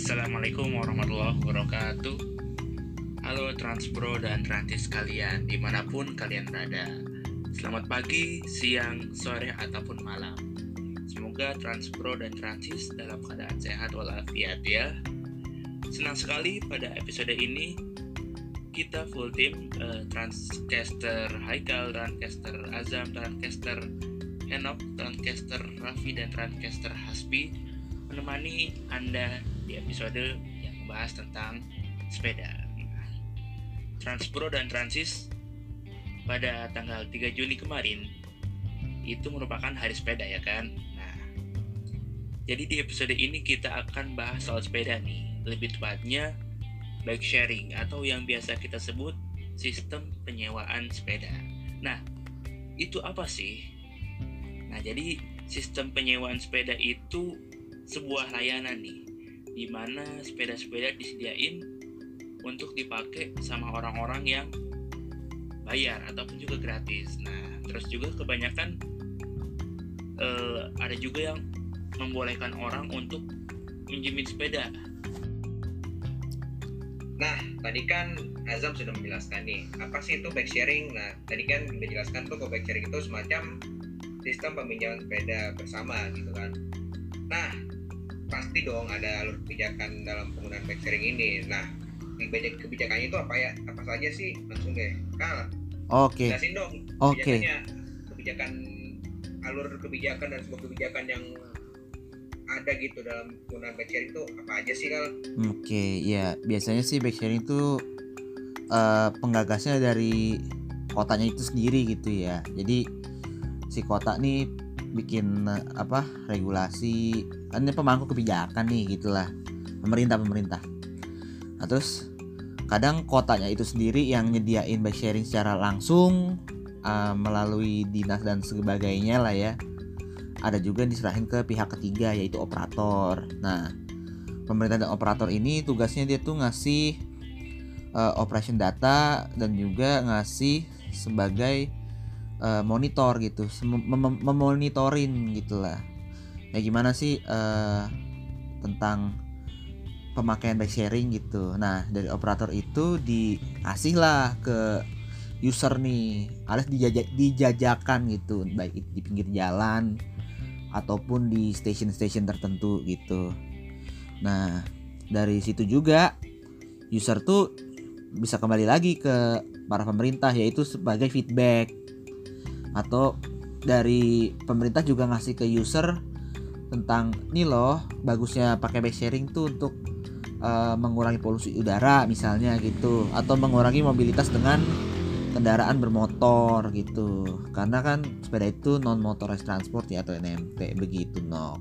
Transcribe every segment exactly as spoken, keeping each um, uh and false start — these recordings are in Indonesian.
Assalamualaikum warahmatullahi wabarakatuh. Halo Transpro dan Transis kalian dimanapun kalian berada. Selamat pagi, siang, sore, ataupun malam. Semoga Transpro dan Transis dalam keadaan sehat walafiat ya. Senang sekali pada episode ini kita full tim uh, Transcaster Haikal, Transcaster Azam, Transcaster Henok, Transcaster Raffi, dan Transcaster Hasbi menemani Anda di episode yang membahas tentang sepeda. Transpro dan Transis pada tanggal tiga Juni kemarin itu merupakan hari sepeda ya kan. Nah, jadi di episode ini kita akan bahas soal sepeda nih, lebih tepatnya bike sharing atau yang biasa kita sebut sistem penyewaan sepeda. Nah, itu apa sih? Nah, jadi sistem penyewaan sepeda itu sebuah layanan nih, di mana sepeda-sepeda disediain untuk dipakai sama orang-orang yang bayar ataupun juga gratis. Nah, terus juga kebanyakan eh, ada juga yang membolehkan orang untuk minjemin sepeda. Nah, tadi kan Azam sudah menjelaskan nih, apa sih itu bike sharing? Nah, tadi kan dijelaskan tuh kalau bike sharing itu semacam sistem peminjaman sepeda bersama gitu kan. Nah, pasti dong ada alur kebijakan dalam penggunaan bike sharing ini. Nah, kebijakannya itu apa ya? Apa saja sih? Langsung deh, Kal. Oke. Jelasin dong Oke. kebijakannya. Kebijakan alur kebijakan dan semua kebijakan yang ada gitu dalam penggunaan bike sharing itu apa aja sih, Kal? Oke, ya biasanya sih bike sharing itu uh, penggagasnya dari kotanya itu sendiri gitu ya. Jadi si kota nih bikin apa regulasi, kan ini pemangku kebijakan nih gitulah, pemerintah pemerintah. Nah, terus kadang kotanya itu sendiri yang nyediain bike sharing secara langsung uh, melalui dinas dan sebagainya lah ya. Ada juga diserahin ke pihak ketiga yaitu operator. Nah, pemerintah dan operator ini tugasnya dia tuh ngasih uh, operation data dan juga ngasih sebagai Uh, monitor gitu, mem- mem- memonitorin gitulah. Ya gimana sih uh, tentang pemakaian bike sharing gitu. Nah, dari operator itu dikasih lah ke user nih, alias dijajak, dijajakan gitu, baik di pinggir jalan ataupun di stasiun-stasiun tertentu gitu. Nah, dari situ juga user tuh bisa kembali lagi ke para pemerintah, yaitu sebagai feedback. Atau dari pemerintah juga ngasih ke user tentang nih loh bagusnya pakai bike sharing tuh untuk uh, mengurangi polusi udara misalnya gitu, atau mengurangi mobilitas dengan kendaraan bermotor gitu, karena kan sepeda itu non motorized transport ya, atau N M T begitu no.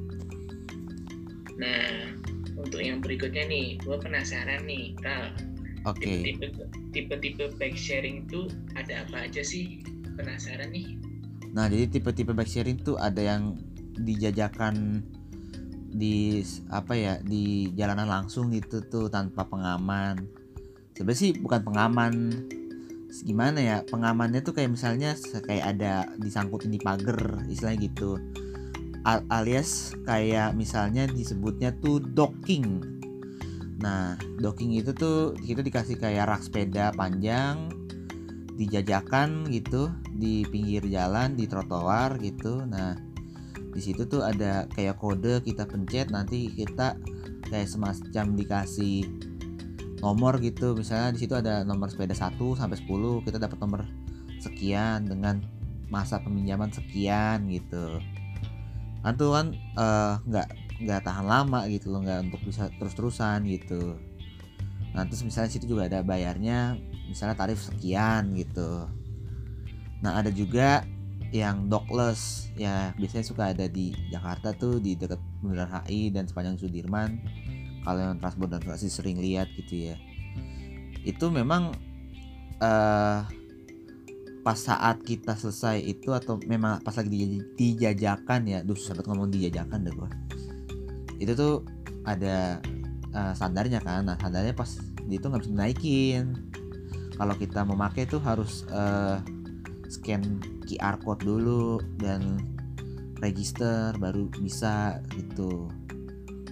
Nah, untuk yang berikutnya nih, gue penasaran nih, Kal. Oke. Okay. Tipe-tipe, tipe-tipe bike sharing itu ada apa aja sih? Penasaran nih. Nah, jadi tipe-tipe bike sharing tuh ada yang dijajakan di apa ya, di jalanan langsung gitu tuh tanpa pengaman. Sebenarnya sih bukan pengaman, gimana ya, pengamannya tuh kayak misalnya kayak ada disangkutin di pagar istilahnya gitu, Al- alias kayak misalnya disebutnya tuh docking. Nah, docking itu tuh kita dikasih kayak rak sepeda panjang dijajakan gitu di pinggir jalan, di trotoar gitu. Nah, di situ tuh ada kayak kode, kita pencet, nanti kita kayak semacam dikasih nomor gitu. Misalnya di situ ada nomor sepeda satu sampai sepuluh, kita dapat nomor sekian dengan masa peminjaman sekian gitu. Kan tuh kan nggak uh, nggak tahan lama gitu loh, nggak untuk bisa terus-terusan gitu. Nah, terus misalnya situ juga ada bayarnya, misalnya tarif sekian gitu. Nah, ada juga yang dockless ya, biasanya suka ada di Jakarta tuh di dekat Bundaran H I dan sepanjang Sudirman. Kalau yang Transport dan Transit sering lihat gitu ya. Itu memang uh, pas saat kita selesai itu, atau memang pas lagi dijajakan ya, duh susah banget ngomong dijajakan deh gua. Itu tuh ada uh, standarnya kan. Nah, standarnya pas itu nggak bisa dinaikin. Kalau kita mau pakai tuh harus uh, scan Q R code dulu dan register baru bisa gitu.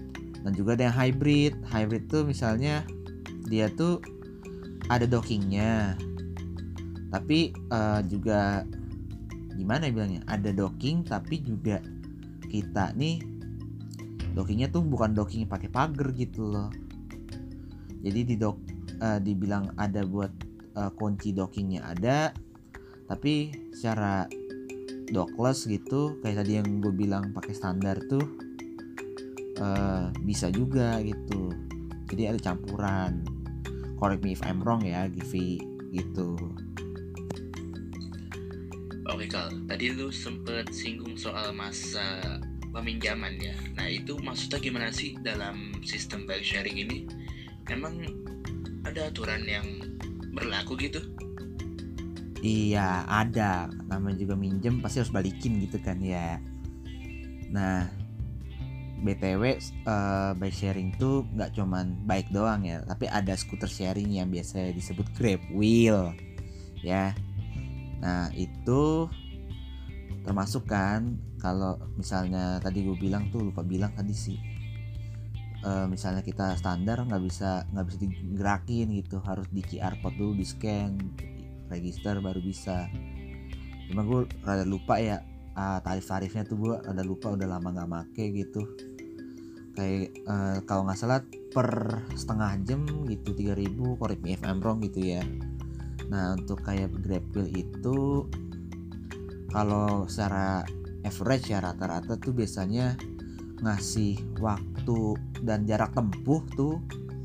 Dan juga ada yang hybrid. Hybrid tuh misalnya dia tuh ada dockingnya, tapi uh, juga gimana ya bilangnya, ada docking tapi juga kita nih dockingnya tuh bukan docking pakai pagar gitu loh. Jadi di dock uh, dibilang ada buat uh, kunci dockingnya ada, tapi secara dockless gitu kayak tadi yang gue bilang pakai standar tuh uh, bisa juga gitu. Jadi ada campuran. Correct me if I'm wrong ya, Givi gitu. Oke Kal, tadi lu sempet singgung soal masa peminjaman ya. Nah itu maksudnya gimana sih dalam sistem bike sharing ini? Emang ada aturan yang berlaku gitu? Iya ada, namanya juga minjem pasti harus balikin gitu kan ya. Nah B T W uh, bike sharing tuh nggak cuman bike doang ya, tapi ada scooter sharing yang biasa disebut Grab Wheel ya. Nah itu termasuk kan, kalau misalnya tadi gue bilang tuh lupa bilang tadi sih, uh, misalnya kita standar nggak bisa nggak bisa digerakin gitu, harus di Q R code dulu, di scan, register baru bisa. Cuma gue rada lupa ya, uh, tarif-tarifnya tuh gue rada lupa, udah lama nggak make gitu. Kayak uh, kalau nggak salah per setengah jam gitu tiga ribu, correct me if I'm wrong gitu ya. Nah untuk kayak Grab Wheel itu kalau secara average ya rata-rata tuh biasanya ngasih waktu dan jarak tempuh tuh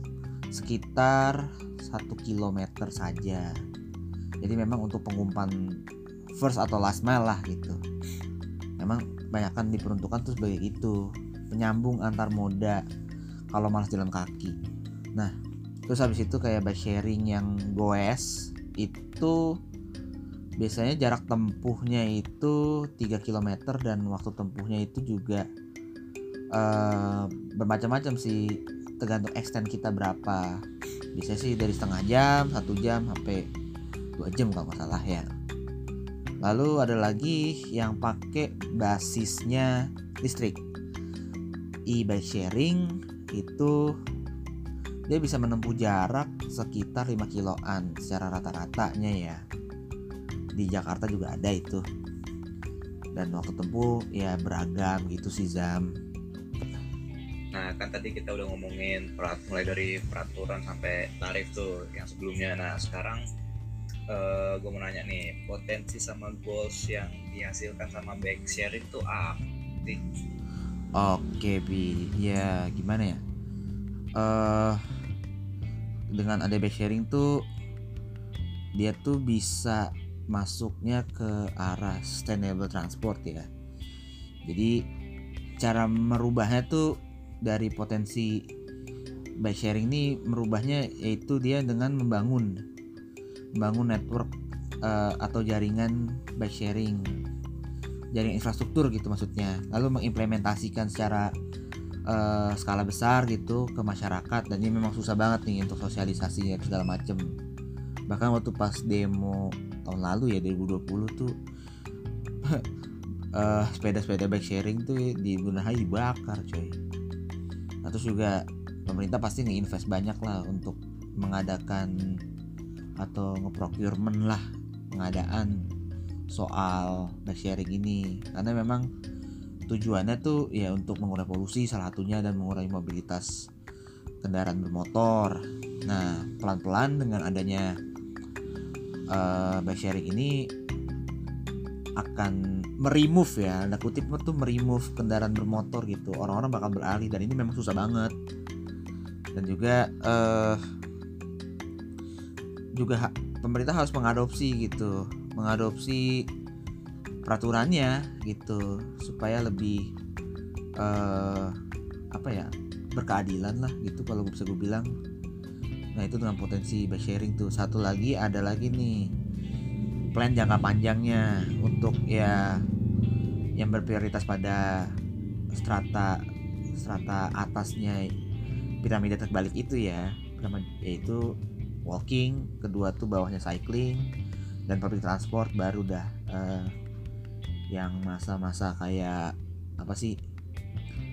sekitar satu kilometer saja. Jadi memang untuk pengumpan first atau last mile lah gitu. Memang banyakkan diperuntukkan tuh sebagai itu, penyambung antar moda kalau malas jalan kaki. Nah terus habis itu kayak bike sharing yang goes itu biasanya jarak tempuhnya itu tiga kilometer dan waktu tempuhnya itu juga uh, bermacam-macam sih, tergantung extend kita berapa. Biasanya sih dari setengah jam, satu jam sampai dua jam kalau nggak salah ya. Lalu ada lagi yang pakai basisnya listrik. E-bike sharing itu dia bisa menempuh jarak sekitar lima kiloan secara rata-ratanya ya. Di Jakarta juga ada itu. Dan waktu tempuh ya beragam gitu sih Zam. Nah kan tadi kita udah ngomongin perat, mulai dari peraturan sampai tarif tuh yang sebelumnya. Nah sekarang uh, gue mau nanya nih, potensi sama goals yang dihasilkan sama bike sharing tuh apa sih? Oke Bi, ya gimana ya, uh, dengan ada bike sharing tuh dia tuh bisa masuknya ke arah sustainable transport ya. Jadi cara merubahnya tuh dari potensi bike sharing ini, merubahnya yaitu dia dengan membangun membangun network uh, atau jaringan bike sharing, jaringan infrastruktur gitu maksudnya, lalu mengimplementasikan secara uh, skala besar gitu ke masyarakat. Dan ini memang susah banget nih untuk sosialisasi segala macem. Bahkan waktu pas demo tahun lalu ya dua ribu dua puluh tuh uh, sepeda-sepeda bike sharing tuh di Bundaran Hi dibakar coy. Nah terus juga pemerintah pasti nge-invest banyak lah untuk mengadakan atau nge-procurement lah pengadaan soal bike sharing ini, karena memang tujuannya tuh ya untuk mengurangi polusi salah satunya dan mengurangi mobilitas kendaraan bermotor. Nah pelan-pelan dengan adanya uh, bike sharing ini akan meremove ya, ada kutip tuh meremove kendaraan bermotor gitu, orang-orang bakal beralih, dan ini memang susah banget. Dan juga uh, juga ha- pemerintah harus mengadopsi gitu, mengadopsi peraturannya gitu supaya lebih uh, apa ya, berkeadilan lah gitu kalau bisa gue bilang. Nah itu dengan potensi bike sharing tuh. Satu lagi ada lagi nih plan jangka panjangnya untuk ya yang berprioritas pada strata strata atasnya piramida terbalik itu ya, yaitu walking, kedua tuh bawahnya cycling, dan public transport baru dah uh, yang masa-masa kayak apa sih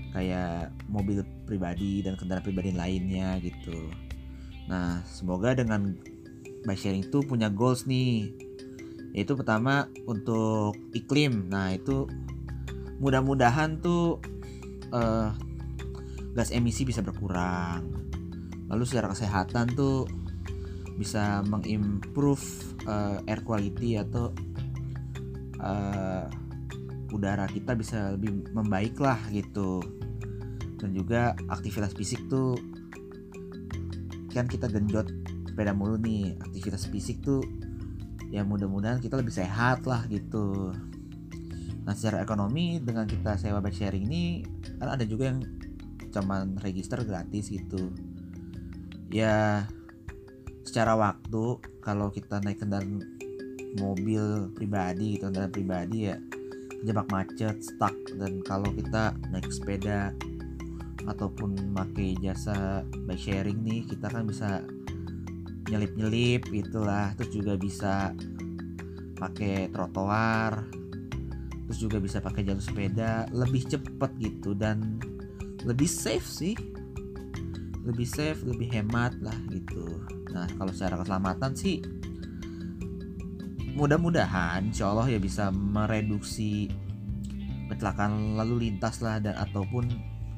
kayak mobil pribadi dan kendaraan pribadi lainnya gitu. Nah, semoga dengan bike sharing itu punya goals nih. Yaitu pertama untuk iklim. Nah, itu mudah-mudahan tuh uh, gas emisi bisa berkurang. Lalu secara kesehatan tuh bisa mengimprove uh, air quality atau uh, udara kita bisa lebih membaik lah gitu. Dan juga aktivitas fisik tuh kan kita genjot sepeda mulu nih, aktivitas fisik tuh ya mudah-mudahan kita lebih sehat lah gitu. Nah, secara ekonomi dengan kita sewa bike sharing ini kan ada juga yang cuman register gratis gitu. Ya secara waktu kalau kita naik kendaraan mobil pribadi gitu, kendaraan pribadi ya jebak macet, stuck. Dan kalau kita naik sepeda ataupun pakai jasa bike sharing nih, kita kan bisa nyelip-nyelip gitulah. Terus juga bisa pakai trotoar, terus juga bisa pakai jalur sepeda, lebih cepet gitu dan lebih safe sih, lebih safe, lebih hemat lah gitu. Nah, kalau secara keselamatan sih mudah-mudahan insya Allah ya bisa mereduksi kecelakaan lalu lintas lah, dan ataupun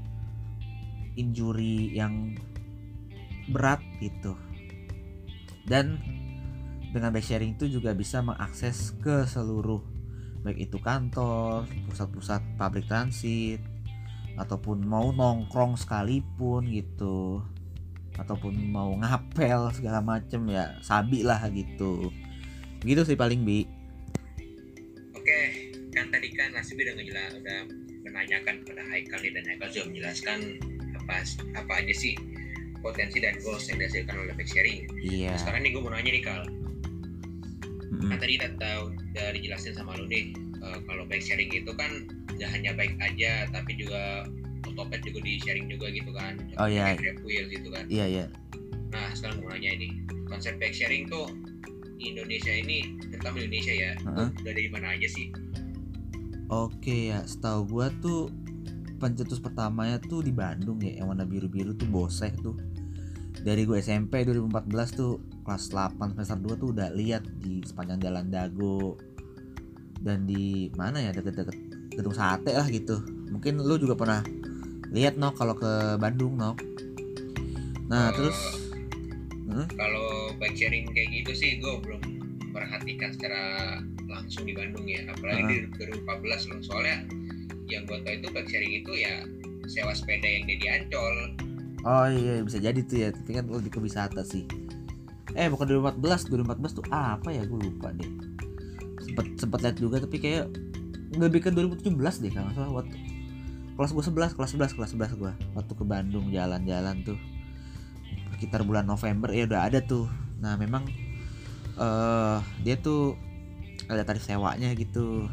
injury yang berat gitu. Dan dengan bike sharing itu juga bisa mengakses ke seluruh, baik itu kantor, pusat-pusat public transit, ataupun mau nongkrong sekalipun gitu, ataupun mau ngapel segala macem ya sabi lah gitu. Gitu sih paling Bi. Oke, kan tadi kan Nasib udah ngejelas, udah menanyakan pada Haikal nih, dan Haikal sudah menjelaskan apa apa aja sih potensi dan goals yang dihasilkan oleh bike sharing. Iya. Nah, sekarang nih gue mau nanya nih Kal. Mm-mm. Kan tadi kita tahu dari jelasin sama lu nih, uh, kalau bike sharing itu kan gak hanya bike aja, tapi juga otopet juga di sharing juga gitu kan. Oh iya. Grab wheel gitu kan. Iya iya. Nah, sekarang gue mau nanya ini, konsep bike sharing tuh di Indonesia ini, terutama di Indonesia ya, Uh-huh. udah dari mana aja sih? Oke ya, setahu gua tuh pencetus pertamanya tuh di Bandung ya, yang warna biru-biru tuh Boseh tuh. Dari gue S M P dua ribu empat belas tuh kelas delapan semester dua tuh udah lihat di sepanjang jalan Dago dan di mana ya, deket-deket gedung sate lah gitu. Mungkin lu juga pernah lihat Nok kalau ke Bandung Nok. Nah, Uh, terus huh? Kalau bike sharing kayak gitu sih gue belum perhatikan secara langsung di Bandung ya, apalagi Uh-huh. di dua ribu empat belas loh. Soalnya yang gue tahu itu bike sharing itu ya sewa sepeda yang dia di Ancol. Oh iya bisa jadi tuh ya, tapi kan lebih ke wisata sih. Eh bukan dua ribu empat belas, dua ribu empat belas tuh apa ya, gue lupa deh. Sempet sempet lihat juga tapi kayak lebih ke dua ribu tujuh belas deh kalau nggak salah. Waktu kelas gue sebelas, kelas sebelas, kelas sebelas gue waktu ke Bandung jalan-jalan tuh sekitar bulan November ya udah ada tuh. Nah memang uh, dia tuh ada tarif sewanya gitu.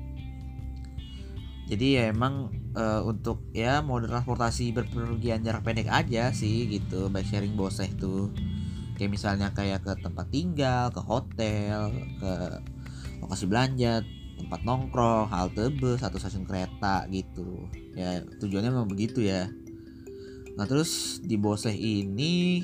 Jadi ya emang uh, untuk ya mode transportasi berpergian jarak pendek aja sih gitu bike sharing Boseh tuh. Kayak misalnya kayak ke tempat tinggal, ke hotel, ke lokasi belanja, tempat nongkrong, halte bus atau stasiun kereta gitu. Ya tujuannya memang begitu ya. Nah terus di Boseh ini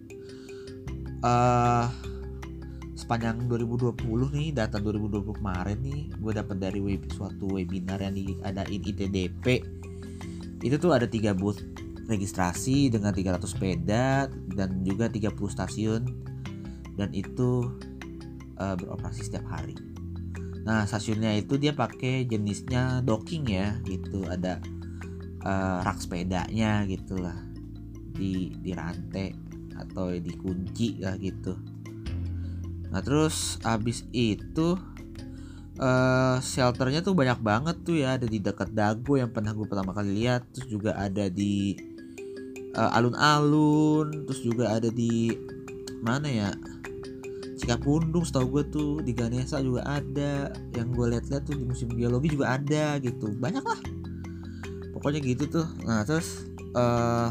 uh, sepanjang dua ribu dua puluh nih, data dua ribu dua puluh kemarin nih, gue dapat dari web, suatu webinar yang diadain I T D P. Itu tuh ada tiga booth registrasi dengan tiga ratus sepeda dan juga tiga puluh stasiun, dan itu uh, beroperasi setiap hari. Nah stasiunnya itu dia pakai jenisnya docking ya gitu, ada uh, rak sepedanya gitulah, di di rantai atau dikunci lah gitu. Nah terus abis itu uh, shelternya tuh banyak banget tuh ya, ada di dekat Dago yang pernah gue pertama kali lihat, terus juga ada di uh, alun-alun, terus juga ada di mana ya, Cikapundung setahu gue tuh, di Ganesha juga ada, yang gue lihat-lihat tuh di museum geologi juga ada gitu, banyak lah pokoknya gitu tuh. Nah terus uh,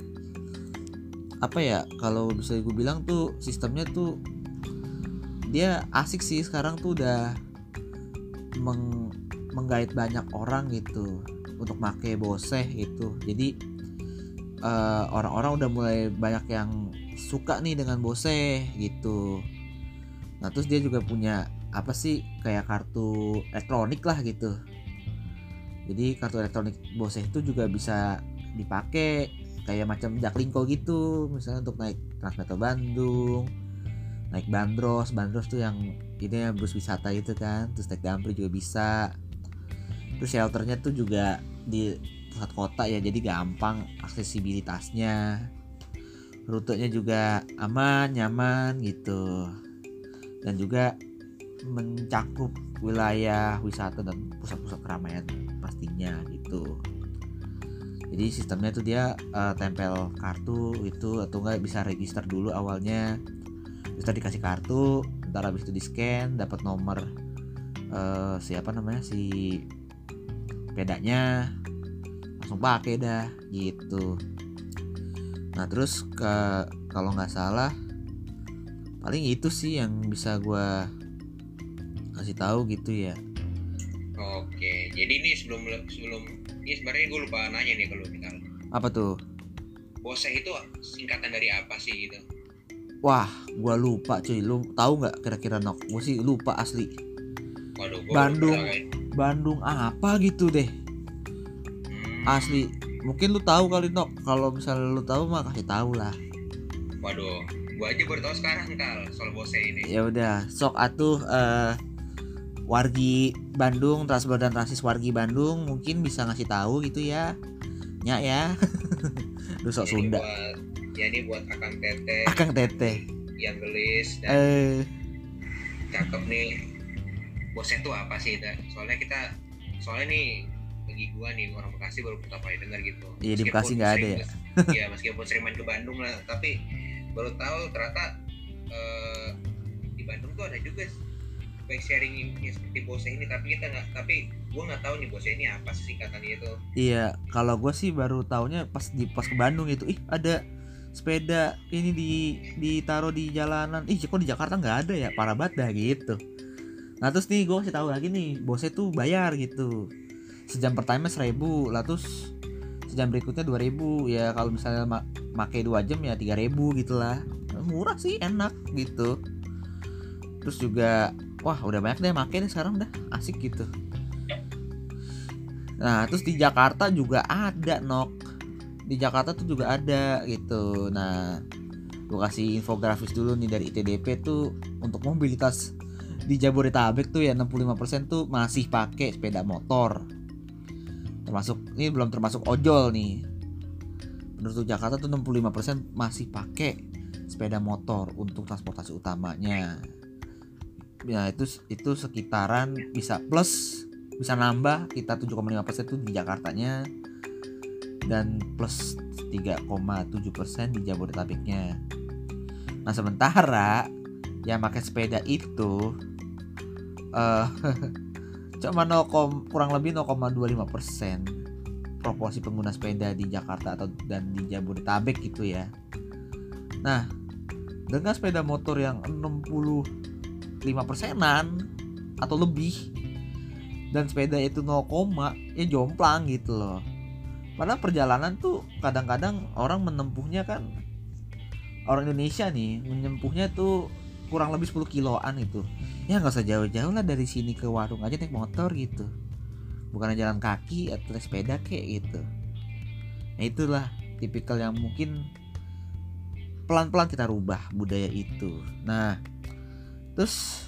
apa ya, kalau bisa gue bilang tuh sistemnya tuh dia asik sih, sekarang tuh udah meng menggait banyak orang gitu. untuk make Bose itu. Jadi uh, orang-orang udah mulai banyak yang suka nih dengan Bose gitu. Nah terus dia juga punya apa sih kayak kartu elektronik lah gitu. Jadi kartu elektronik Bose itu juga bisa dipakai kayak macam Jaklingko gitu, misalnya untuk naik Transmetro Bandung, naik Bandros. Bandros tuh yang ini ya bus wisata itu kan, terus naik Damri juga bisa. Terus shelternya tuh juga di pusat kota ya, jadi gampang aksesibilitasnya. Rutenya juga aman, nyaman gitu. Dan juga mencakup wilayah wisata dan pusat-pusat keramaian pastinya gitu. Jadi sistemnya tuh dia uh, tempel kartu itu, atau enggak bisa register dulu awalnya. Terus dikasih kartu, ntar habis itu di scan, dapat nomor uh, siapa namanya si pedanya, langsung pakai dah gitu. Nah terus ke kalau nggak salah paling itu sih yang bisa gue kasih tahu gitu ya. Oke, jadi ini sebelum sebelum ini sebenarnya gue lupa nanya nih kalau kita. Apa tuh? Bose itu singkatan dari apa sih gitu? Wah, gue lupa cuy. Lu tahu nggak kira-kira Nok? Gue sih lupa asli. Waduh, gua Bandung, Bandung apa gitu deh. Hmm. Asli. Mungkin lu tahu kali Nok. Kalau misalnya lu tahu mah kasih tahu lah. Waduh, gua aja baru tahu sekarang Kal soal Bose ini. Ya udah, sok atuh uh, wargi Bandung, Transbro dan Transis wargi Bandung mungkin bisa ngasih tahu gitu ya. Nya ya. Lu sok Sunda. Buat, ya ini buat Akang Tete. Akang Tete. Yang gelis dan eh cakep nih. Bose itu apa sih? Soalnya kita soalnya nih bagi gua nih orang Bekasi baru pertama kali dengar gitu. Iya di Bekasi nggak ada ya. Iya meskipun sering main ke Bandung lah, tapi baru tahu ternyata uh, di Bandung tuh ada juga bike sharing yang seperti Bose ini, tapi kita nggak, tapi gue nggak tahu nih Bose ini apa sih singkatannya itu. Iya, kalau gue sih baru taunya pas di pas ke Bandung itu, ih ada sepeda ini di ditaruh di jalanan, ih kok di Jakarta nggak ada ya, parah banget dah gitu. Nah terus nih gue kasih tahu lagi nih, Bose tuh bayar gitu, sejam pertama seribu, lah terus sejam berikutnya dua ribu ya, kalau misalnya ma- make dua jam ya tiga ribu gitulah, murah sih, enak gitu. Terus juga wah udah banyak deh make nih sekarang, udah asik gitu. Nah terus di Jakarta juga ada Nok, di Jakarta tuh juga ada gitu. Nah gue kasih infografis dulu nih dari I T D P tuh, untuk mobilitas di Jabodetabek tuh ya enam puluh lima persen tuh masih pakai sepeda motor, termasuk ini belum termasuk ojol nih. Menurut Jakarta tuh enam puluh lima persen masih pakai sepeda motor untuk transportasi utamanya. Ya itu itu sekitaran bisa plus, bisa nambah kita tujuh koma lima persen tuh di Jakartanya, dan plus tiga koma tujuh persen di Jabodetabeknya. Nah sementara yang pakai sepeda itu uh, cuma nol, kurang lebih nol koma dua lima persen proporsi pengguna sepeda di Jakarta atau dan di Jabodetabek gitu ya. Nah dengan sepeda motor yang enam puluh lima persenan atau lebih, dan sepeda itu nol, ya jomplang gitu loh. Padahal perjalanan tuh kadang-kadang orang menempuhnya kan, orang Indonesia nih menempuhnya tuh kurang lebih sepuluh kiloan itu. Ya nggak usah jauh-jauh lah, dari sini ke warung aja naik motor gitu, bukan jalan kaki atau naik sepeda kayak gitu. Nah itulah tipikal yang mungkin pelan-pelan kita rubah budaya itu. Nah terus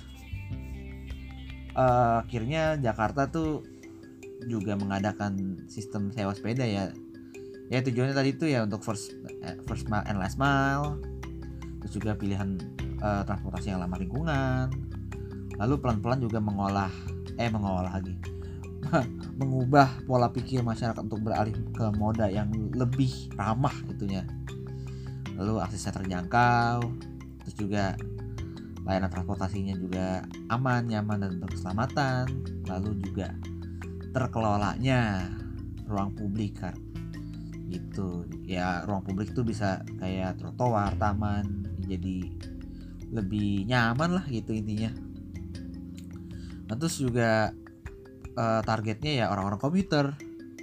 uh, akhirnya Jakarta tuh juga mengadakan sistem sewa sepeda ya. Ya tujuannya tadi tuh ya untuk first first mile and last mile. Terus juga pilihan uh, transportasi yang ramah lingkungan. Lalu pelan-pelan juga mengolah eh mengolah lagi. mengubah pola pikir masyarakat untuk beralih ke moda yang lebih ramah itunya. Lalu aksesnya terjangkau. Terus juga layanan transportasinya juga aman, nyaman, dan berkeselamatan. Lalu juga terkelolanya ruang publik kan gitu ya. Ruang publik tuh bisa kayak trotoar, taman, jadi lebih nyaman lah gitu intinya. Nah terus juga uh, targetnya ya orang-orang komuter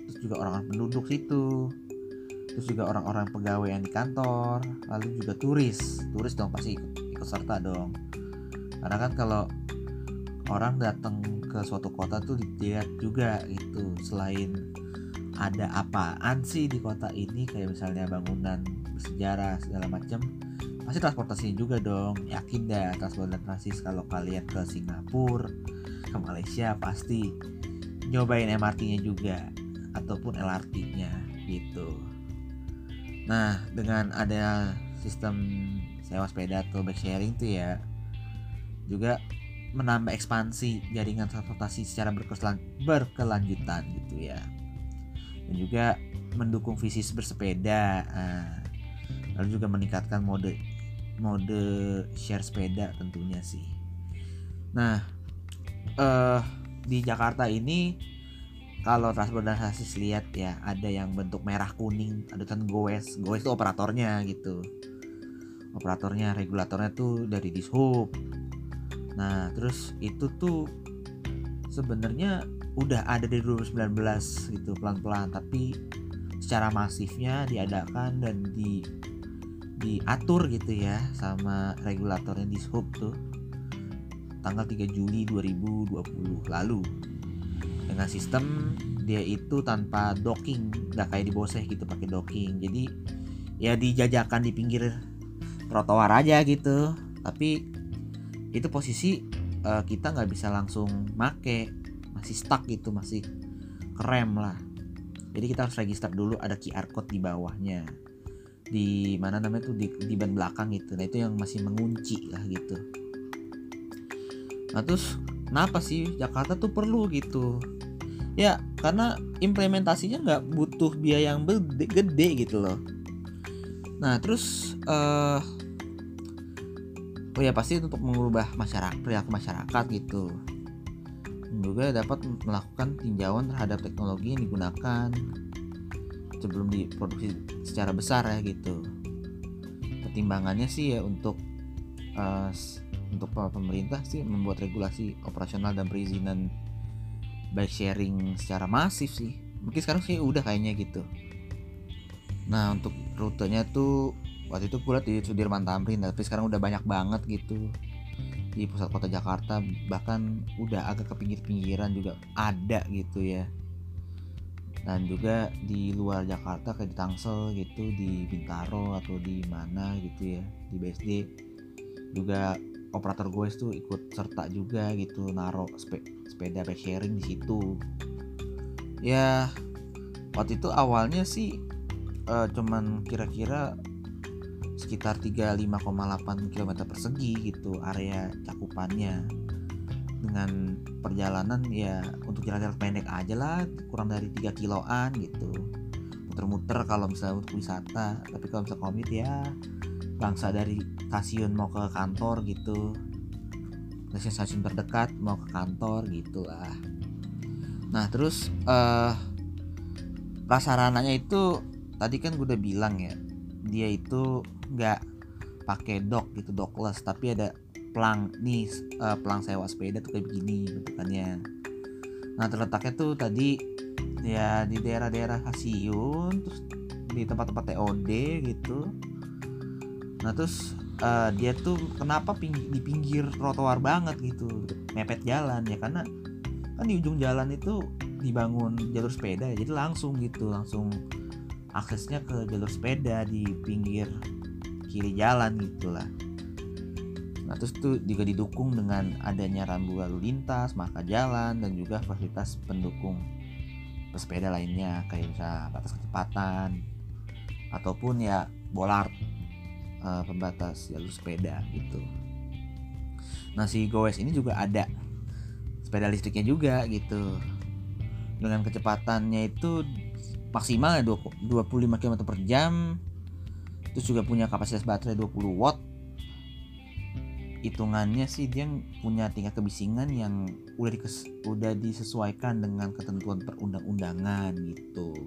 terus juga orang-orang penduduk situ, terus juga orang-orang pegawai yang di kantor, lalu juga turis turis dong pasti ikut, ikut serta dong. Karena kan kalau orang datang ke suatu kota tuh dilihat juga gitu, selain ada apaan sih di kota ini kayak misalnya bangunan bersejarah segala macam, pasti transportasinya juga dong. Yakin dah transportasi kalau kalian ke Singapura, ke Malaysia pasti nyobain M R T-nya juga ataupun L R T-nya gitu. Nah, dengan ada sistem sewa sepeda atau bike sharing tuh ya juga menambah ekspansi jaringan transportasi secara berkelanjutan gitu ya. Dan juga mendukung visi bersepeda. Nah, lalu juga meningkatkan mode mode share sepeda tentunya sih. Nah, eh di Jakarta ini kalau transportasi lihat ya ada yang bentuk merah kuning, ada kan Gowes. Gowes itu operatornya gitu. Operatornya, regulatornya tuh dari Dishub. Nah, terus itu tuh sebenarnya udah ada dari dua ribu sembilan belas gitu pelan-pelan, tapi secara masifnya diadakan dan di diatur gitu ya sama regulatornya Dishub tuh tanggal tiga Juli dua ribu dua puluh lalu, dengan sistem dia itu tanpa docking, nggak kayak di Boseh gitu pakai docking. Jadi ya dijajakan di pinggir trotoar aja gitu, tapi itu posisi uh, kita nggak bisa langsung make, masih stuck gitu, masih kerem lah. Jadi kita harus register dulu, ada Q R code di bawahnya, di mana namanya tuh di, di ban belakang gitu. Nah itu yang masih mengunci lah gitu. Nah terus kenapa sih Jakarta tuh perlu gitu? Ya karena implementasinya nggak butuh biaya yang gede, gede gitu loh. Nah terus uh, oh ya pasti untuk mengubah masyarakat, perilaku masyarakat gitu. Dan juga dapat melakukan tinjauan terhadap teknologi yang digunakan sebelum diproduksi secara besar ya gitu. Pertimbangannya sih ya untuk uh, untuk pemerintah sih membuat regulasi operasional dan perizinan bike sharing secara masif sih. Mungkin sekarang sih udah kayaknya gitu. Nah untuk rutenya tuh waktu itu gue liat di Sudirman Tamrin, tapi sekarang udah banyak banget gitu di pusat kota Jakarta, bahkan udah agak ke pinggir-pinggiran juga ada gitu ya. Dan juga di luar Jakarta kayak di Tangsel gitu, di Bintaro atau di mana gitu ya, di B S D juga operator gue tuh ikut serta juga gitu naro spe- sepeda bike sharing di situ. Ya waktu itu awalnya sih uh, cuman kira-kira sekitar tiga puluh lima koma delapan kilometer persegi gitu area cakupannya, dengan perjalanan ya untuk jalan-jalan pendek aja lah, kurang dari tiga kiloan gitu, muter-muter kalau misalnya untuk wisata. Tapi kalau misalnya komit ya bangsa dari stasiun mau ke kantor gitu, dari stasiun terdekat mau ke kantor gitu lah. Nah terus uh, prasarananya itu tadi kan gue udah bilang ya, dia itu nggak pakai dock gitu, dockless, tapi ada pelang nih, uh, pelang sewa sepeda tuh kayak begini bentukannya. Nah terletaknya tuh tadi ya di daerah-daerah stasiun, terus di tempat-tempat T O D gitu. Nah terus uh, dia tuh kenapa ping- di pinggir trotoar banget gitu, mepet jalan ya, karena kan di ujung jalan itu dibangun jalur sepeda, jadi langsung gitu, langsung aksesnya ke jalur sepeda di pinggir kiri jalan gitulah. Nah terus itu juga didukung dengan adanya rambu lalu lintas, marka jalan, dan juga fasilitas pendukung pesepeda lainnya kayak misalnya batas kecepatan ataupun ya bollard, uh, pembatas jalur sepeda gitu. Nah si Gowes ini juga ada sepeda listriknya juga gitu, dengan kecepatannya itu maksimal dua puluh lima kilometer per jam. Terus juga punya kapasitas baterai dua puluh watt. Hitungannya sih dia punya tingkat kebisingan yang udah dikes, udah disesuaikan dengan ketentuan perundang-undangan gitu.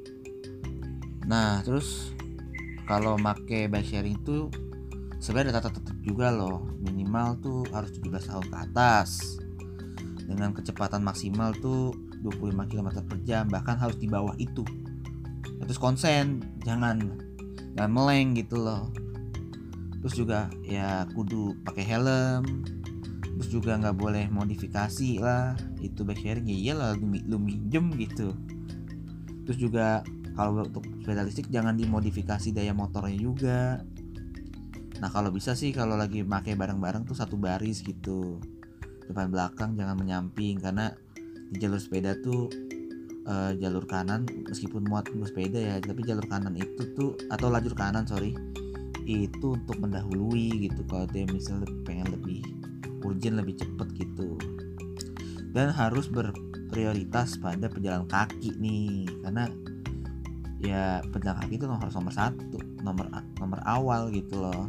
Nah terus kalau make bike sharing itu sebenarnya ada tata tertib juga loh. Minimal tuh harus tujuh belas tahun ke atas, dengan kecepatan maksimal tuh dua puluh lima kilometer per jam, bahkan harus di bawah itu. Terus konsen, jangan jangan meleng gitu loh. Terus juga ya kudu pakai helm. Terus juga nggak boleh modifikasi lah, itu bike sharing ya iyalah lu, lu minjem gitu. Terus juga kalau untuk sepeda listrik jangan dimodifikasi daya motornya juga. Nah kalau bisa sih kalau lagi pakai bareng-bareng tuh satu baris gitu, depan belakang jangan menyamping, karena di jalur sepeda tuh uh, jalur kanan meskipun muat sepeda ya, tapi jalur kanan itu tuh atau lajur kanan sorry itu untuk mendahului gitu kalau dia misalnya pengen lebih urgent lebih cepet gitu. Dan harus berprioritas pada pejalan kaki nih, karena ya pejalan kaki itu nomor nomor satu, nomor nomor awal gitu loh.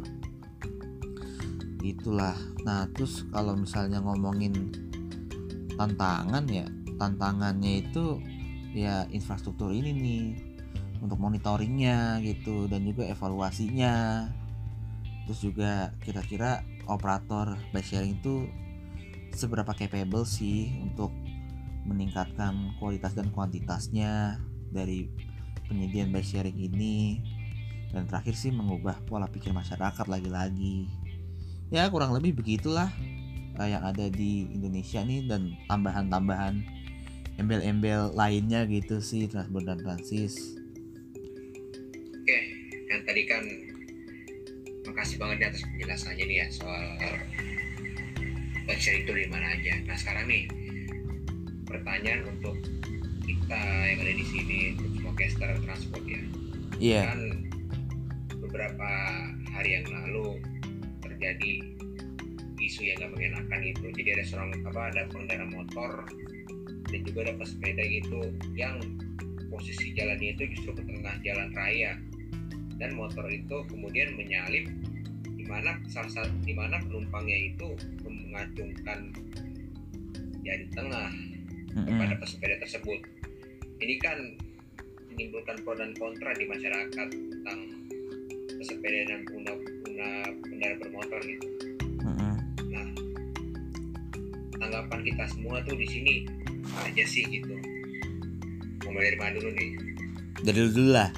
Itulah. Nah terus kalau misalnya ngomongin tantangan ya, tantangannya itu ya infrastruktur ini nih untuk monitoringnya gitu, dan juga evaluasinya. Terus juga kira-kira operator bike sharing itu seberapa capable sih untuk meningkatkan kualitas dan kuantitasnya dari penyediaan bike sharing ini. Dan terakhir sih mengubah pola pikir masyarakat lagi-lagi. Ya kurang lebih begitulah yang ada di Indonesia nih, dan tambahan-tambahan embel-embel lainnya gitu sih Transbro dan Francis. Oke, kan tadi kan makasih banget nih atas penjelasannya nih ya soal bike sharing itu di mana aja. Nah sekarang nih pertanyaan untuk kita yang ada di sini, untuk semua caster transport ya. Iya. Yeah. Kan beberapa hari yang lalu terjadi isu yang gak mengenakan itu. Jadi ada seorang apa ada pengendara motor dan juga ada pesepeda gitu yang posisi jalannya itu justru ke tengah jalan raya, dan motor itu kemudian menyalip di mana salah satu di mana penumpangnya itu mengacungkan jari tengah mm-hmm. kepada pesepeda tersebut. Ini kan menimbulkan pro dan kontra di masyarakat tentang pesepeda dan pengguna pengendara bermotor gitu. Mm-hmm. Nah, tanggapan kita semua tuh di sini aja sih gitu. Mau dari mana dulu nih? Dari dulu dulu lah.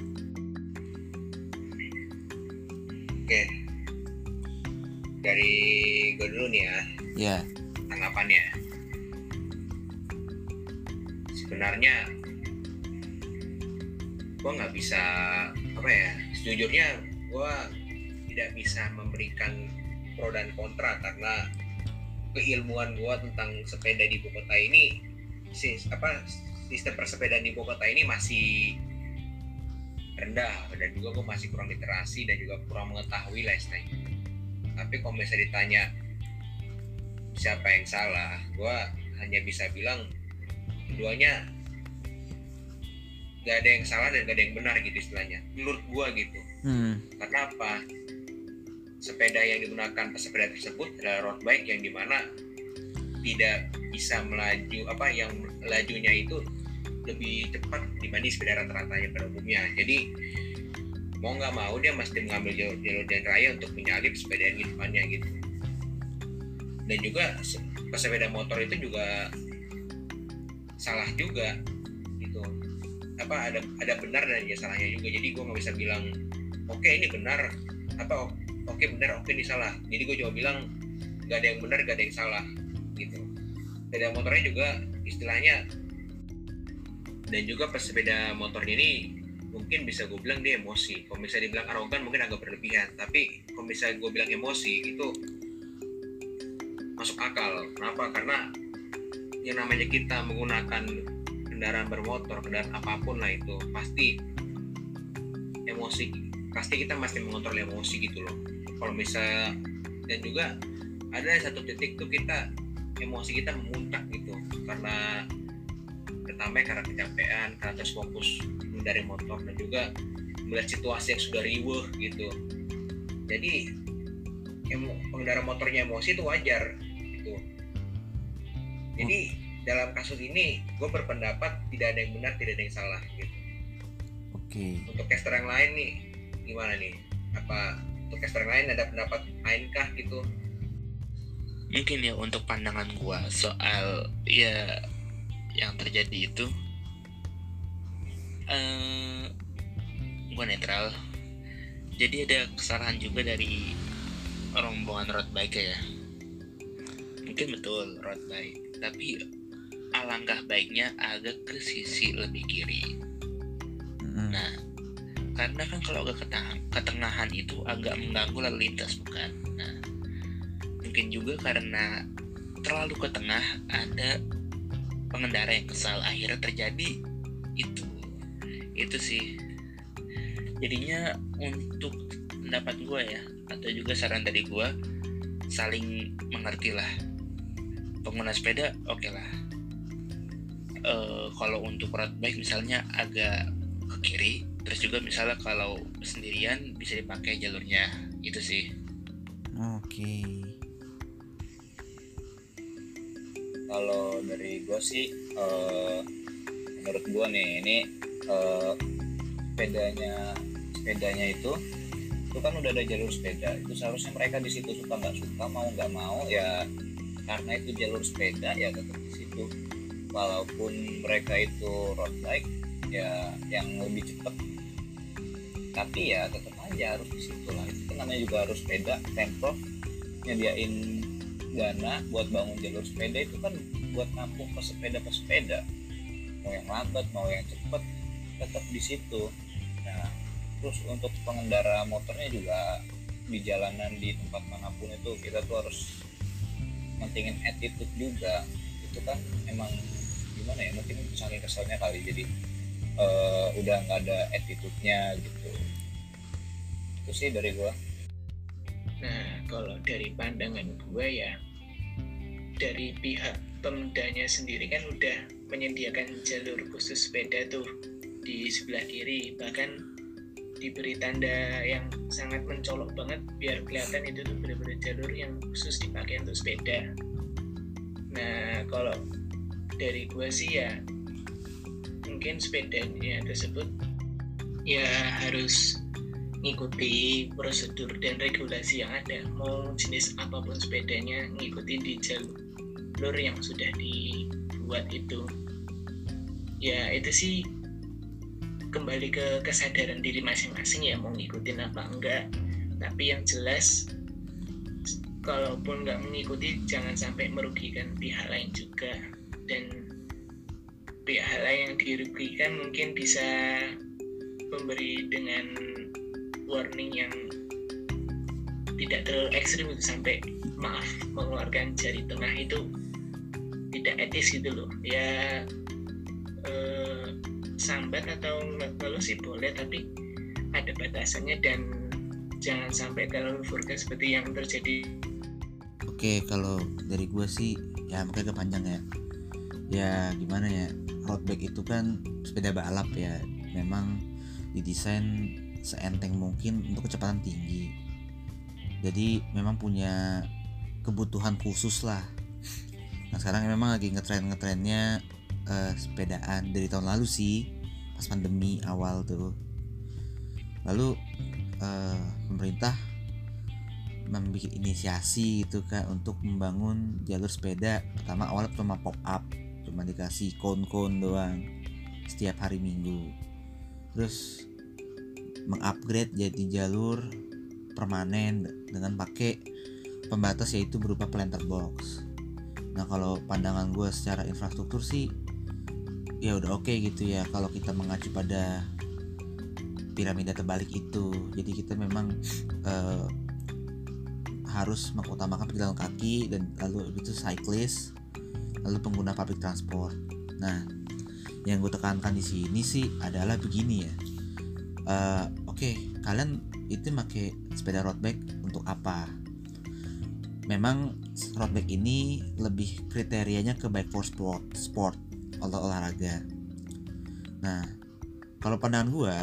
Oke. Dari gue dulu nih ya. Iya. Yeah. Tanggapannya. Sebenarnya gue nggak bisa apa ya? Sejujurnya gue tidak bisa memberikan pro dan kontra karena keilmuan gue tentang sepeda di ibu kota ini, sih apa sistem persepedaan di ibu kota ini masih rendah, dan juga gue masih kurang literasi dan juga kurang mengetahui lah istilahnya. Tapi kalau misalnya ditanya siapa yang salah, gue hanya bisa bilang keduanya gak ada yang salah dan gak ada yang benar gitu istilahnya, menurut gue gitu. Hmm. Karena apa? Sepeda yang digunakan pesepeda tersebut adalah road bike yang dimana tidak bisa melaju apa yang lajunya itu lebih cepat dibanding sepeda rata-ratanya pada umumnya. Jadi mau nggak mau dia mesti mengambil jalur jalur jalan raya untuk menyalip sepeda yang di depannya gitu. Dan juga pesepeda motor itu juga salah juga gitu. Apa ada ada benar dan ya salahnya juga. Jadi gue nggak bisa bilang oke okay, ini benar apa oke okay, benar oke okay, ini salah. Jadi gue cuma bilang nggak ada yang benar nggak ada yang salah gitu. Sepeda motornya juga istilahnya, dan juga pesepeda motornya ini mungkin bisa gue bilang dia emosi. Kalau misalnya dibilang arogan mungkin agak berlebihan, tapi kalau misalnya gue bilang emosi itu masuk akal. Kenapa? Karena yang namanya kita menggunakan kendaraan bermotor, kendaraan apapun lah itu pasti emosi, pasti kita mesti mengontrol emosi gitu loh. Kalau misalnya, dan juga ada satu titik tuh kita emosi kita memuncak gitu karena pertama karena kecapean, karena terus fokus dari motor, dan juga melihat situasi yang sudah riweuh gitu. Jadi emo, pengendara motornya emosi itu wajar gitu. Jadi oh. dalam kasus ini gue berpendapat tidak ada yang benar, tidak ada yang salah gitu. Oke. Okay. Untuk caster yang lain nih gimana nih? Apa untuk caster yang lain ada pendapat lainkah gitu? Mungkin ya untuk pandangan gue soal ya yang terjadi itu uh, gue netral. Jadi ada kesalahan juga dari rombongan road bike ya. Mungkin betul road bike, tapi alangkah baiknya agak ke sisi lebih kiri. Mm. Nah, karena kan kalau agak ketengah, ketengahan itu agak mengganggu lalu lintas bukan. Nah, mungkin juga karena terlalu ke tengah ada pengendara yang kesal, akhirnya terjadi itu. Itu sih. Jadinya untuk pendapat gue ya, atau juga saran dari gue, saling mengerti lah. Pengguna sepeda oke okay lah. E, kalau untuk road bike misalnya agak ke kiri, terus juga misalnya kalau sendirian bisa dipakai jalurnya, itu sih. Oke. Okay. Kalau dari gue sih, uh, menurut gue nih ini uh, sepedanya sepedanya itu itu kan udah ada jalur sepeda, itu seharusnya mereka di situ suka nggak suka mau nggak mau ya, karena itu jalur sepeda ya tetap di situ. Walaupun mereka itu road bike ya yang lebih cepat, tapi ya tetap aja harus di situ lah. Itu kan namanya juga harus sepeda. Pemprov nyediain dana buat bangun jalur sepeda itu kan buat nampung pesepeda pesepeda, mau yang lambat mau yang cepat tetap di situ. Nah, terus untuk pengendara motornya juga di jalanan di tempat manapun itu kita tuh harus mentingin attitude juga. Itu kan emang gimana ya, mungkin saking keselnya kali jadi uh, udah nggak ada attitude-nya gitu. Itu sih dari gua. Nah, kalau dari pandangan gue ya, dari pihak Pemdanya sendiri kan udah menyediakan jalur khusus sepeda tuh di sebelah kiri, bahkan diberi tanda yang sangat mencolok banget biar kelihatan itu tuh benar-benar jalur yang khusus dipakai untuk sepeda. Nah, kalau dari gue sih ya mungkin sepedanya tersebut ya harus ngikuti prosedur dan regulasi yang ada. Mau jenis apapun sepedanya, ngikuti di jalur yang sudah dibuat itu. Ya itu sih kembali ke kesadaran diri masing-masing ya, mau ngikutin apa enggak. Tapi yang jelas kalaupun nggak mengikuti jangan sampai merugikan pihak lain juga. Dan pihak lain yang dirugikan mungkin bisa memberi dengan warning yang tidak terlalu ekstrim itu, sampai maaf mengeluarkan jari tengah itu tidak etis gitu loh ya. Eh, sambat atau ngeluh sih boleh, tapi ada batasannya dan jangan sampai terlalu vulgar seperti yang terjadi. Oke, kalau dari gue sih ya makanya agak panjang ya. Ya gimana ya, road bike itu kan sepeda balap ya, memang didesain seenteng mungkin untuk kecepatan tinggi. Jadi memang punya kebutuhan khusus lah. Nah sekarang memang lagi ngetren-ngetrennya uh, sepedaan dari tahun lalu sih, pas pandemi awal tuh. Lalu uh, pemerintah membuat inisiasi gitu kan untuk membangun jalur sepeda. Pertama awalnya cuma pop up, cuma dikasih kon-kon doang setiap hari Minggu. Terus mengupgrade jadi jalur permanen dengan pakai pembatas yaitu berupa planter box. Nah kalau pandangan gue secara infrastruktur sih ya udah oke okay gitu ya kalau kita mengacu pada piramida terbalik itu. Jadi kita memang uh, harus mengutamakan pejalan kaki dan lalu itu cyclist, lalu pengguna public transport. Nah yang gue tekankan di sini sih adalah begini ya. Uh, oke okay, kalian itu pakai sepeda road bike untuk apa? Memang road bike ini lebih kriterianya ke bike for sport, sport atau olahraga. Nah, kalau pandangan gue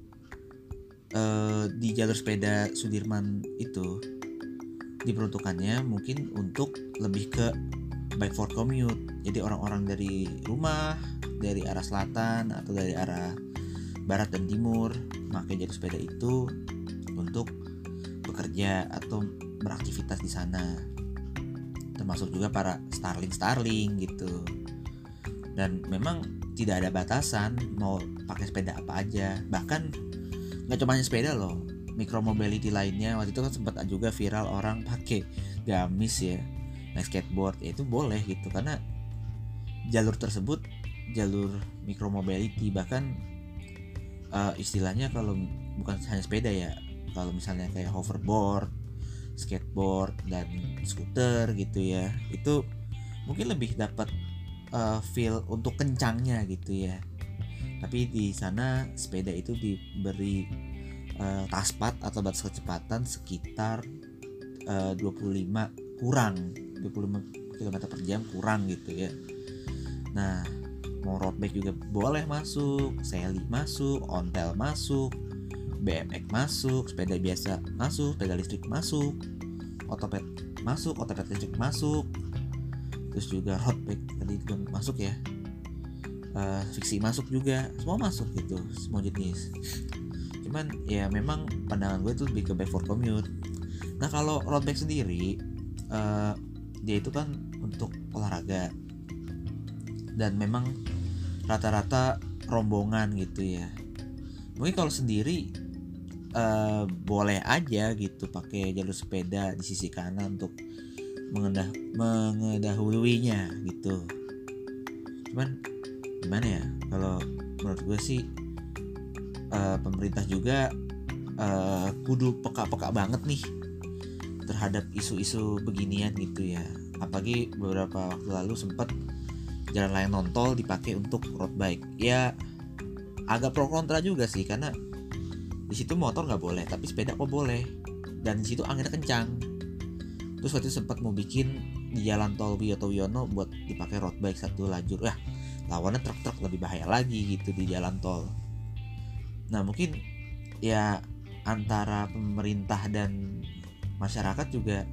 eh, di jalur sepeda Sudirman itu diperuntukannya mungkin untuk lebih ke bike for commute. Jadi orang-orang dari rumah, dari arah selatan atau dari arah barat dan timur pakai jalur sepeda itu untuk bekerja atau beraktivitas di sana, termasuk juga para starling starling gitu. dan memang tidak ada batasan mau pakai sepeda apa aja. Bahkan nggak cuma sepeda loh, micromobility lainnya waktu itu kan sempat juga viral orang pakai gamis ya, naik skateboard, ya itu boleh gitu karena jalur tersebut jalur micromobility. Bahkan uh, istilahnya kalau bukan hanya sepeda ya, kalau misalnya kayak hoverboard, skateboard dan skuter gitu ya, itu mungkin lebih dapat uh, feel untuk kencangnya gitu ya. Tapi di sana sepeda itu diberi uh, taspat atau batas kecepatan sekitar uh, dua puluh lima kurang dua puluh lima kilometer per jam kurang gitu ya. Nah, mau road bike juga boleh masuk, seli masuk, ontel masuk, B M X masuk, sepeda biasa masuk, sepeda listrik masuk, otopet masuk, otopet listrik masuk, terus juga road bike tadi juga masuk ya, uh, fiksi masuk juga, semua masuk gitu, semua jenis. Cuman ya memang pandangan gue itu lebih ke bike for commute. Nah kalau road bike sendiri, uh, dia itu kan untuk olahraga dan memang rata-rata rombongan gitu ya. Mungkin kalau sendiri Uh, boleh aja gitu pakai jalur sepeda di sisi kanan untuk mengendah mengedahuluinya gitu. Cuman gimana ya, kalau menurut gue sih uh, pemerintah juga uh, kudu peka-peka banget nih terhadap isu-isu beginian gitu ya. Apalagi beberapa waktu lalu sempat jalan layang nontol dipakai untuk road bike. Ya agak pro kontra juga sih, karena di situ motor nggak boleh, tapi sepeda kok boleh, dan di situ anginnya kencang. Terus waktu itu sempat mau bikin di jalan tol Wiyoto Wiono buat dipakai road bike satu lajur, ya lawannya truk-truk lebih bahaya lagi gitu di jalan tol. Nah mungkin ya antara pemerintah dan masyarakat juga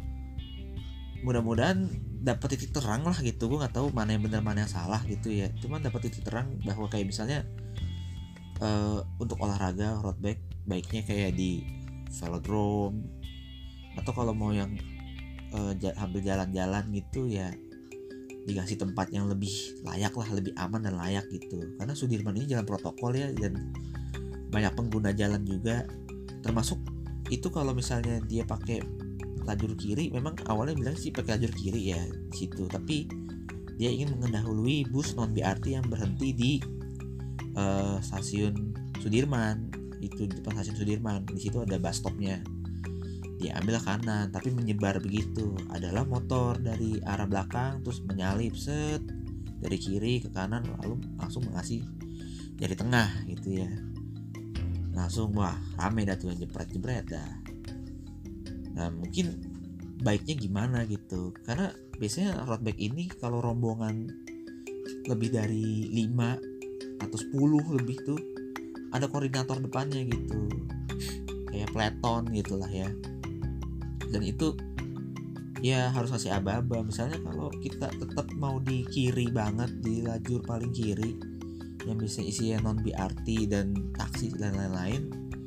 mudah-mudahan dapat titik terang lah gitu. Gue nggak tahu mana yang benar mana yang salah gitu ya, cuman dapat titik terang bahwa kayak misalnya Uh, untuk olahraga road bike baiknya kayak di velodrome, atau kalau mau yang uh, j- ambil jalan-jalan gitu ya dikasih tempat yang lebih layak lah, lebih aman dan layak gitu. Karena Sudirman ini jalan protokol ya, dan banyak pengguna jalan juga, termasuk itu kalau misalnya dia pakai lajur kiri, memang awalnya bilang sih pakai lajur kiri ya di situ, tapi dia ingin mendahului bus non B R T yang berhenti di Uh, stasiun Sudirman, itu di depan stasiun Sudirman. Di situ ada bus stopnya, dia ambil kanan tapi menyebar begitu. Adalah motor dari arah belakang terus menyalip set dari kiri ke kanan, lalu langsung mengasih jari tengah gitu ya. Langsung wah rame dah tuh, jepret-jepret dah. Nah mungkin baiknya gimana gitu, karena biasanya road bike ini kalau rombongan lebih dari lima atau sepuluh lebih tuh ada koordinator depannya gitu, kayak peloton gitulah ya. Dan itu ya harus kasih aba-aba. Misalnya kalau kita tetap mau di kiri banget, di lajur paling kiri yang bisa isinya non B R T dan taksi dan lain-lain,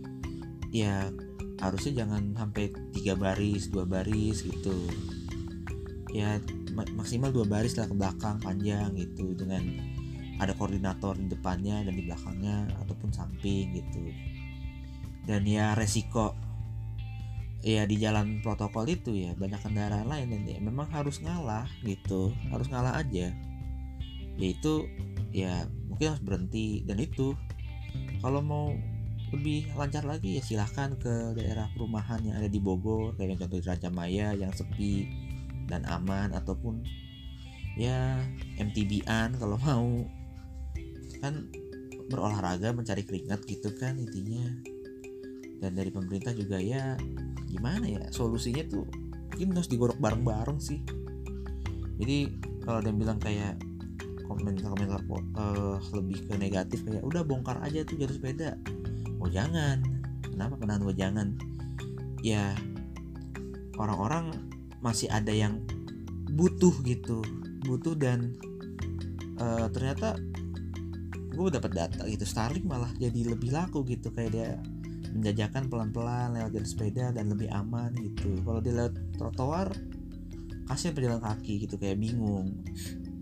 ya harusnya jangan sampai tiga baris, dua baris gitu ya, maksimal dua baris lah ke belakang panjang gitu, dengan ada koordinator di depannya dan di belakangnya ataupun samping gitu. Dan ya resiko ya di jalan protokol itu ya banyak kendaraan lain, dan ya memang harus ngalah gitu, harus ngalah aja. Yaitu ya mungkin harus berhenti. Dan itu kalau mau lebih lancar lagi ya silahkan ke daerah perumahan yang ada di Bogor, kayak contoh di Rancamaya yang sepi dan aman, ataupun ya M T B-an kalau mau, kan berolahraga mencari keringat gitu kan intinya. Dan dari pemerintah juga ya gimana ya, solusinya tuh mungkin harus digorok bareng-bareng sih. Jadi kalau ada yang bilang kayak komentar-komentar uh, lebih ke negatif kayak udah bongkar aja tuh jalur sepeda, oh jangan. Kenapa penahan gue jangan? Ya orang-orang masih ada yang butuh gitu, butuh dan uh, ternyata gue dapat data gitu, Starlink malah jadi lebih laku gitu, kayak dia menjajakan pelan-pelan lewat jalur sepeda dan lebih aman gitu. Kalau dia lewat trotoar kasihan pejalan kaki gitu, kayak bingung. Nah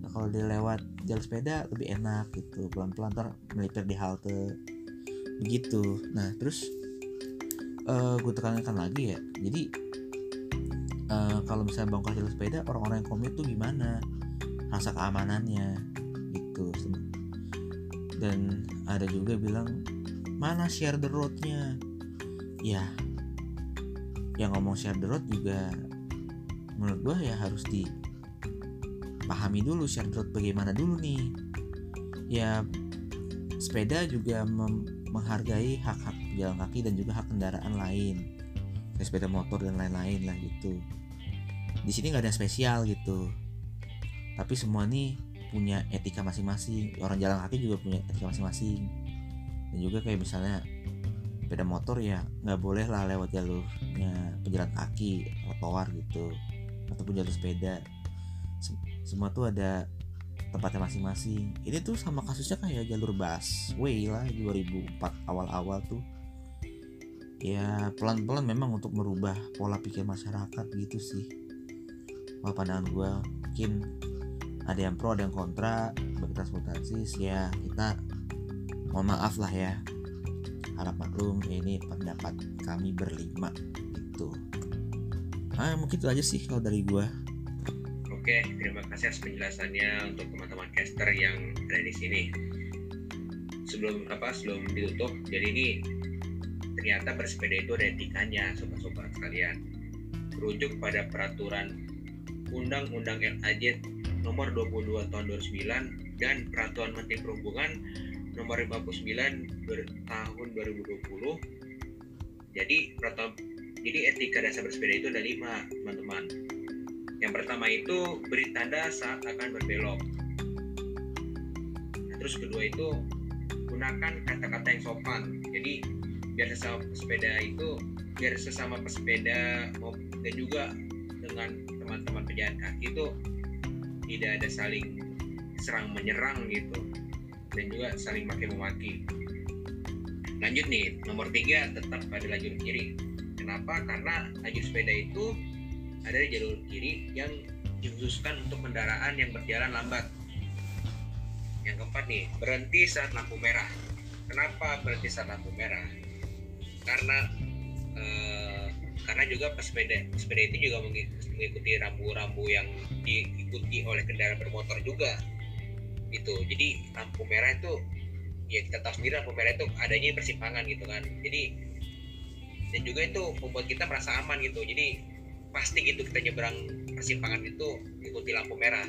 kalau dia lewat jalur sepeda lebih enak gitu, pelan-pelan ntar melipir di halte begitu. Nah terus uh, gue tekankan lagi ya, jadi uh, kalau misalnya bongkar jalur sepeda, orang-orang yang komit tuh gimana rasa keamanannya gitu. Dan ada juga bilang mana share the roadnya, ya yang ngomong share the road juga menurut gue ya harus dipahami dulu share the road bagaimana dulu nih. Ya sepeda juga mem- menghargai hak-hak pejalan kaki dan juga hak kendaraan lain, kayak sepeda motor dan lain-lain lah gitu. Di sini nggak ada yang spesial gitu, tapi semua nih punya etika masing-masing. Orang jalan kaki juga punya etika masing-masing. Dan juga kayak misalnya sepeda motor ya nggak boleh lah lewat jalurnya pejalan kaki, trotoar gitu, ataupun jalur sepeda. Semua tuh ada tempatnya masing-masing. Ini tuh sama kasusnya kayak jalur busway lah dua ribu empat awal-awal tuh. Ya pelan-pelan memang untuk merubah pola pikir masyarakat gitu sih. Wah, pandangan gue mungkin ada yang pro ada yang kontra bagi transportasi. Ya kita mohon maaf lah ya, harap maklum, ini pendapat kami berlima gitu. Ah mungkin itu aja sih kalau dari gue. Oke, terima kasih atas penjelasannya untuk teman-teman caster yang ada di sini. Sebelum apa sebelum ditutup, jadi ini ternyata bersepeda itu ada etikanya, sobat-sobat sekalian. Merujuk pada peraturan Undang-Undang L A J nomor dua puluh dua tahun dua ribu sembilan dan Peraturan Menteri Perhubungan nomor lima puluh sembilan tahun dua ribu dua puluh. Jadi peraturan, jadi etika dasar bersepeda itu ada lima, teman-teman. Yang pertama itu beri tanda saat akan berbelok. Nah, terus kedua itu gunakan kata-kata yang sopan. Jadi biar sesama pesepeda itu biar sesama pesepeda dan juga dengan teman-teman pejalan kaki itu tidak ada saling serang menyerang gitu, dan juga saling maki-memaki. Lanjut nih, nomor tiga, tetap pada lajur kiri. Kenapa? Karena lajur sepeda itu ada di jalur kiri yang dikhususkan untuk kendaraan yang berjalan lambat. Yang keempat nih, berhenti saat lampu merah. Kenapa berhenti saat lampu merah? Karena eh, karena juga pesepeda pesepeda itu juga mengikuti rambu-rambu yang diikuti oleh kendaraan bermotor juga gitu. Jadi lampu merah itu ya kita tahu sendiri, lampu merah itu adanya di persimpangan gitu kan. Jadi dan juga itu membuat kita merasa aman gitu. Jadi pasti gitu kita nyebrang persimpangan itu ikuti lampu merah.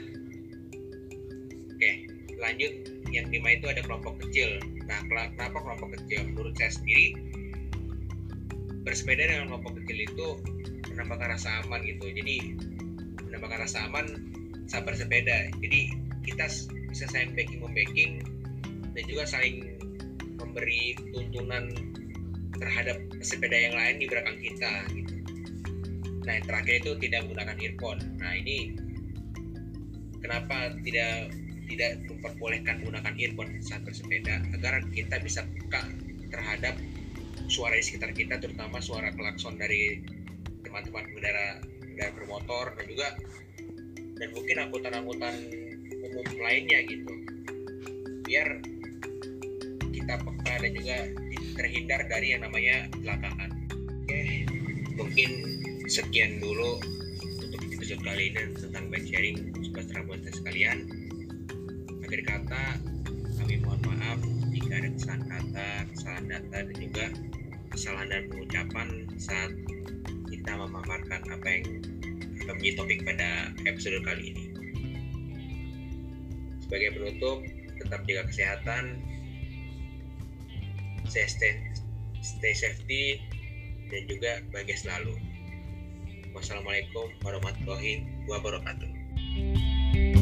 Oke, lanjut yang lima itu ada kelompok kecil. Nah, kenapa kelompok kecil? Menurut saya sendiri, bersepeda dengan kelompok kecil itu menambahkan rasa aman gitu. Jadi menambahkan rasa aman saat bersepeda. Jadi kita bisa saling backing membacking dan juga saling memberi tuntunan terhadap pesepeda yang lain di belakang kita gitu. Nah, yang terakhir itu tidak menggunakan earphone. Nah, ini kenapa tidak tidak memperbolehkan menggunakan earphone saat bersepeda, agar kita bisa peka terhadap suara di sekitar kita, terutama suara klakson dari teman-teman pengendara pengendara bermotor dan juga dan mungkin angkutan-angkutan umum lainnya gitu, biar kita peka dan juga terhindar dari yang namanya kecelakaan. Oke, mungkin sekian dulu untuk episode kali ini tentang bike sharing sobat transportasi sekalian. Akhir kata, kami mohon maaf jika ada kesalahan kata, kesalahan data dan juga kesalahan dan pengucapan saat kita memaparkan apa yang akan menjadi topik pada episode kali ini. Sebagai penutup, tetap jaga kesehatan, stay, stay, stay safety, dan juga bahagia selalu. Wassalamualaikum warahmatullahi wabarakatuh.